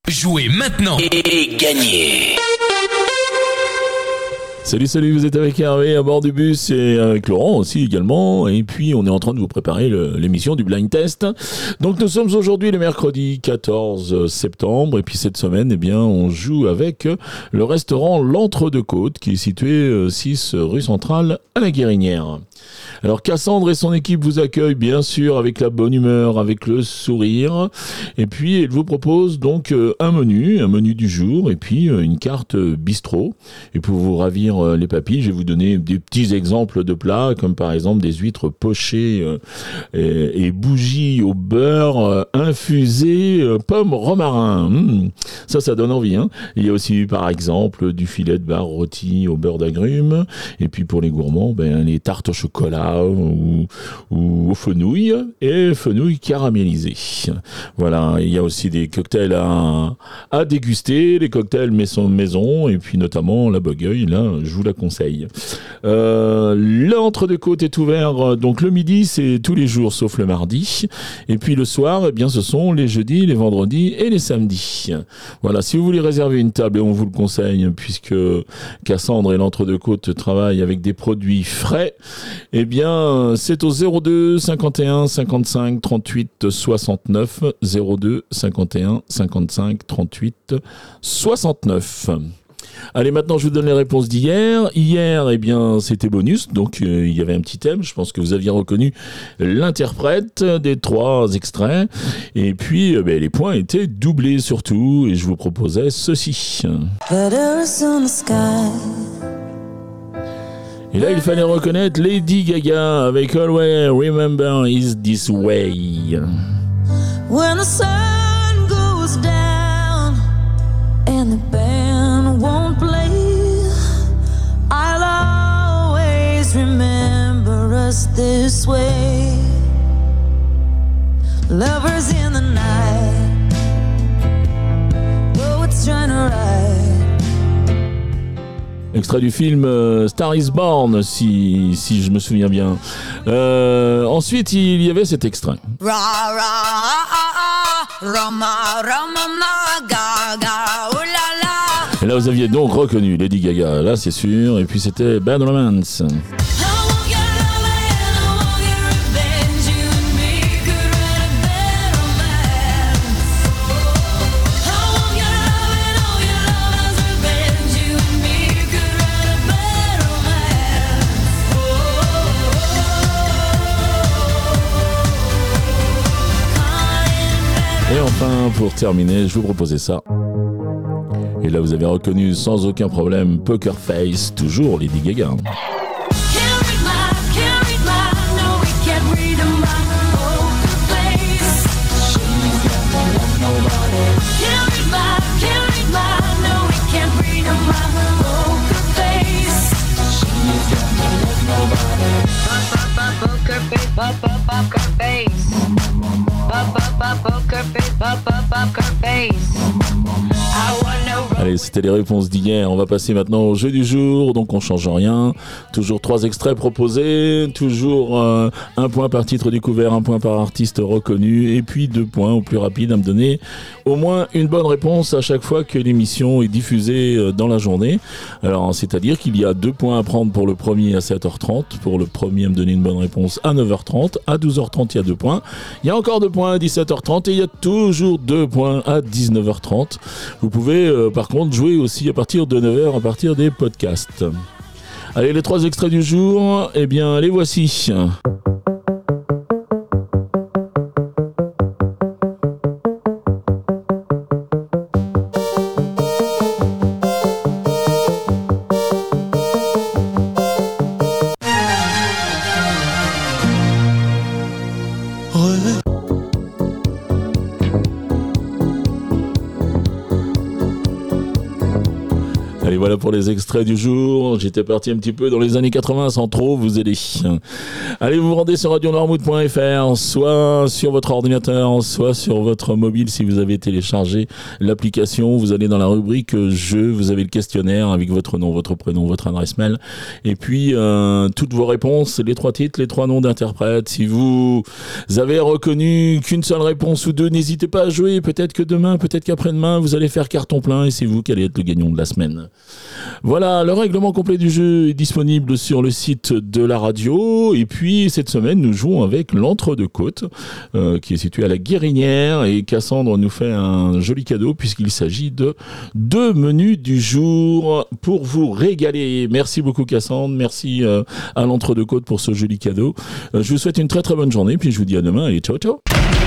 Jouez maintenant et gagnez. Salut, vous êtes avec Hervé à bord du bus et avec Laurent aussi également. Et puis on est en train de vous préparer l'émission du Blind Test. Donc nous sommes aujourd'hui le mercredi 14 septembre. Et puis cette semaine, eh bien, on joue avec le restaurant L'Entre-deux-Côtes qui est situé 6 rue Centrale à la Guérinière. Alors Cassandre et son équipe vous accueillent bien sûr avec la bonne humeur, avec le sourire. Et puis elle vous propose donc un menu du jour et puis une carte bistrot. Et pour vous ravir les papilles, je vais vous donner des petits exemples de plats comme par exemple des huîtres pochées et bougies au beurre infusé pommes romarin. Ça donne envie, hein. Il y a aussi par exemple du filet de bar rôti au beurre d'agrumes. Et puis pour les gourmands, les tartes au chocolat ou aux fenouilles et fenouilles caramélisées. Voilà, il y a aussi des cocktails à déguster, les cocktails maison et puis notamment la Bogueuil, là je vous la conseille. L'Entre-deux-Côtes est ouvert donc le midi, c'est tous les jours sauf le mardi, et puis le soir, eh bien ce sont les jeudis, les vendredis et les samedis. Voilà, si vous voulez réserver une table, et on vous le conseille puisque Cassandre et l'Entre-deux-Côtes travaillent avec des produits frais, eh bien c'est au 02 51 55 38 69 02 51 55 38 69. Allez, maintenant je vous donne les réponses d'hier. Hier, eh bien, c'était bonus, donc il y avait un petit thème. Je pense que vous aviez reconnu l'interprète des 3 extraits. Et puis, les points étaient doublés surtout. Et je vous proposais ceci. Et là, il fallait reconnaître Lady Gaga avec Always Remember Is This Way. When the sun goes down and the band won't play, I'll always remember us this way. Lovers in the night, poets trying to write. Extrait du film Star is Born, si je me souviens bien. Ensuite, il y avait cet extrait. Et là, vous aviez donc reconnu Lady Gaga, là c'est sûr. Et puis c'était Bad Romance. Et enfin, pour terminer, je vous proposais ça. Et là, vous avez reconnu sans aucun problème Poker Face, toujours Lady Gaga. Allez, c'était les réponses d'hier. On va passer maintenant au jeu du jour. Donc on change rien. Toujours 3 extraits proposés. Toujours 1 point par titre découvert, 1 point par artiste reconnu. Et puis 2 points au plus rapide à me donner au moins une bonne réponse à chaque fois que l'émission est diffusée dans la journée. Alors c'est-à-dire qu'il y a 2 points à prendre pour le premier à 7h30. Pour le premier à me donner une bonne réponse à 9h30. À 12h30 il y a 2 points. Il y a encore 2 points à 17h30 et il y a toujours 2 points à 19h30. Vous pouvez par contre jouer aussi à partir de 9h à partir des podcasts. Allez, les 3 extraits du jour, eh bien les voici. Allez, voilà pour les extraits du jour. J'étais parti un petit peu dans les années 80 sans trop vous aider. Allez, vous vous rendez sur radionoirmouth.fr, soit sur votre ordinateur, soit sur votre mobile si vous avez téléchargé l'application. Vous allez dans la rubrique jeux, vous avez le questionnaire avec votre nom, votre prénom, votre adresse mail. Et puis, toutes vos réponses, les 3 titres, les 3 noms d'interprètes. Si vous avez reconnu qu'une seule réponse ou 2, n'hésitez pas à jouer. Peut-être que demain, peut-être qu'après-demain, vous allez faire carton plein et c'est vous qui allez être le gagnant de la semaine. Voilà, le règlement complet du jeu est disponible sur le site de la radio. Et puis, cette semaine, nous jouons avec l'Entre-deux-Côtes, qui est situé à la Guérinière. Et Cassandre nous fait un joli cadeau puisqu'il s'agit de 2 menus du jour pour vous régaler. Merci beaucoup, Cassandre. Merci à l'Entre-deux-Côtes pour ce joli cadeau. Je vous souhaite une très très bonne journée. Puis je vous dis à demain et ciao ciao.